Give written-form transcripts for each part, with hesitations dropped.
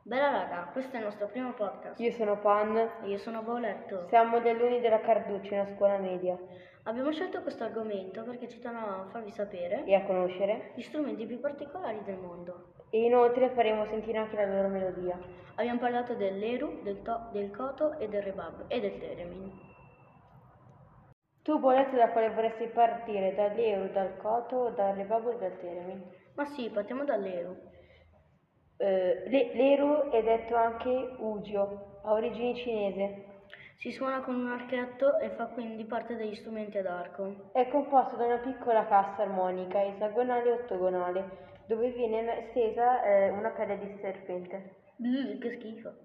Bella raga, questo è il nostro primo podcast. Io sono Pan. E io sono Bauletto. Siamo gli alunni della Carducci, una scuola media. Abbiamo scelto questo argomento perché ci tenevamo a farvi sapere E a conoscere. gli strumenti più particolari del mondo. E inoltre faremo sentire anche la loro melodia. Abbiamo parlato dell'Eru, del Koto e del Rebab e del Theremin. Tu, Bauletto, da quale vorresti partire? Dall'Euro, dal Koto, dal Rebab o dal Theremin? Ma sì, partiamo dall'Eru. L'Eru è detto anche Ugio, ha origine cinese. Si suona con un archetto e fa quindi parte degli strumenti ad arco. È composto da una piccola cassa armonica, esagonale e ottagonale, dove viene stesa una pelle di serpente. Che schifo.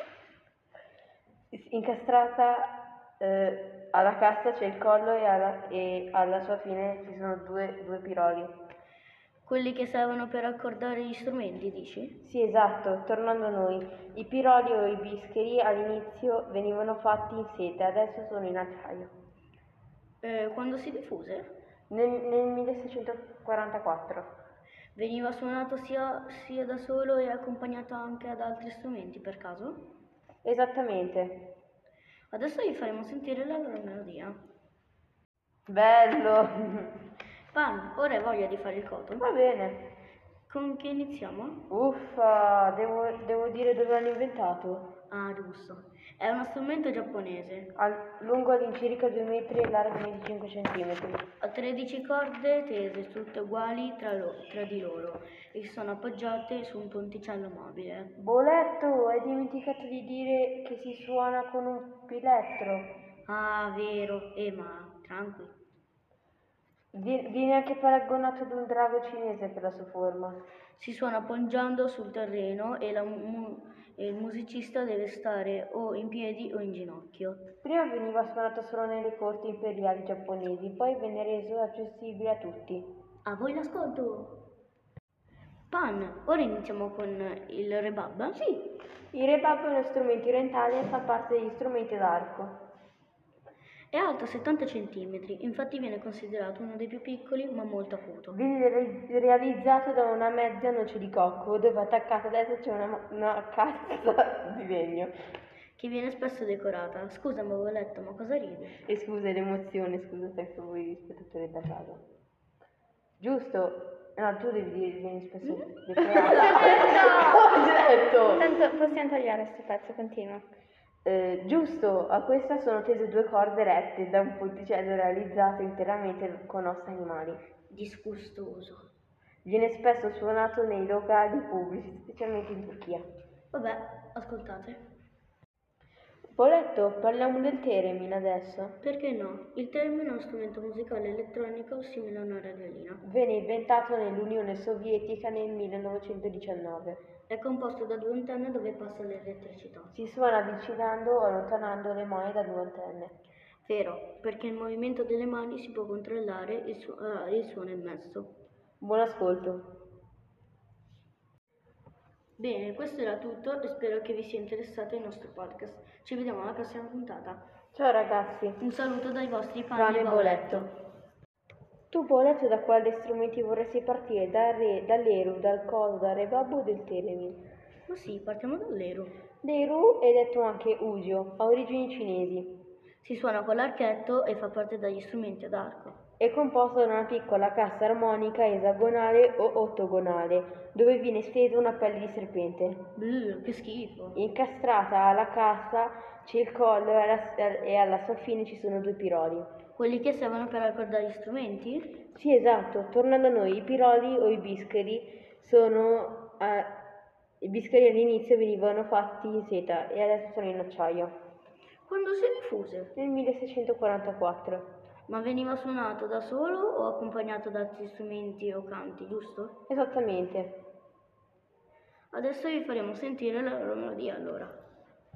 Incastrata alla cassa c'è il collo e alla sua fine ci sono due piroli. Quelli che servono per accordare gli strumenti, dici? Sì, esatto, tornando a noi, i piroli o i bischeri all'inizio venivano fatti in seta, adesso sono in acciaio. Quando si diffuse? Nel 1644. Veniva suonato sia da solo e accompagnato anche ad altri strumenti, per caso? Esattamente. Adesso vi faremo sentire la loro melodia. Bello! Pan, ora hai voglia di fare il koto? Va bene. Con che iniziamo? Uffa, devo dire dove l'hanno inventato. Ah, giusto. È uno strumento giapponese. Lungo all'incirca 2 metri e largo 25 centimetri. Ha 13 corde tese tutte uguali tra di loro e sono appoggiate su un ponticello mobile. Bauletto, hai dimenticato di dire che si suona con un pilettro. Ah, vero. Ma tranqui. Viene anche paragonato ad un drago cinese per la sua forma. Si suona appoggiando sul terreno e il musicista deve stare o in piedi o in ginocchio. Prima veniva suonato solo nelle corti imperiali giapponesi, poi venne reso accessibile a tutti. A voi l'ascolto! Pan, ora iniziamo con il rebab? Sì, il rebab è uno strumento orientale e fa parte degli strumenti d'arco. È alto 70 cm, infatti viene considerato uno dei più piccoli ma molto acuto. Viene realizzato da una mezza noce di cocco, dove attaccata adesso c'è una cassa di legno. Che viene spesso decorata. Scusa, ma avevo letto, ma cosa ridi? E scusa l'emozione, scusa se voi spettatori da casa. Giusto? No, tu devi dire vieni spesso decorata. Ho detto! Tanto possiamo tagliare questo pezzo, continua. Giusto, a questa sono tese 2 corde rette da un ponticello realizzato interamente con ossa animali. Disgustoso. Viene spesso suonato nei locali pubblici, specialmente in Turchia. Vabbè, ascoltate. Bauletto, parliamo del theremin adesso. Perché no? Il theremin è uno strumento musicale elettronico simile a una radiolina. Venne inventato nell'Unione Sovietica nel 1919. È composto da 2 antenne dove passa l'elettricità. Si suona avvicinando o allontanando le mani da 2 antenne. Vero, perché il movimento delle mani si può controllare il suono emesso. Buon ascolto. Bene, questo era tutto e spero che vi sia interessato il nostro podcast. Ci vediamo alla prossima puntata. Ciao ragazzi. Un saluto dai vostri Pan e Bauletto. Tu, Bauletto, da quali strumenti vorresti partire? Dall'Eru, dal Koto, dal Rebab o del Theremin? Ma sì, partiamo dall'Eru. L'Eru è detto anche Ugio, ha origini cinesi. Si suona con l'archetto e fa parte degli strumenti ad arco. È composto da una piccola cassa armonica esagonale o ottagonale, dove viene stesa una pelle di serpente. Che schifo. Incastrata alla cassa c'è il collo e alla sua fine ci sono 2 piroli. Quelli che servono per accordare gli strumenti? Sì, esatto. Tornando a noi, i piroli o i bischeri i bischeri all'inizio venivano fatti in seta e adesso sono in acciaio. Quando si diffuse? Nel 1644. Ma veniva suonato da solo o accompagnato da altri strumenti o canti, giusto? Esattamente. Adesso vi faremo sentire la loro melodia allora.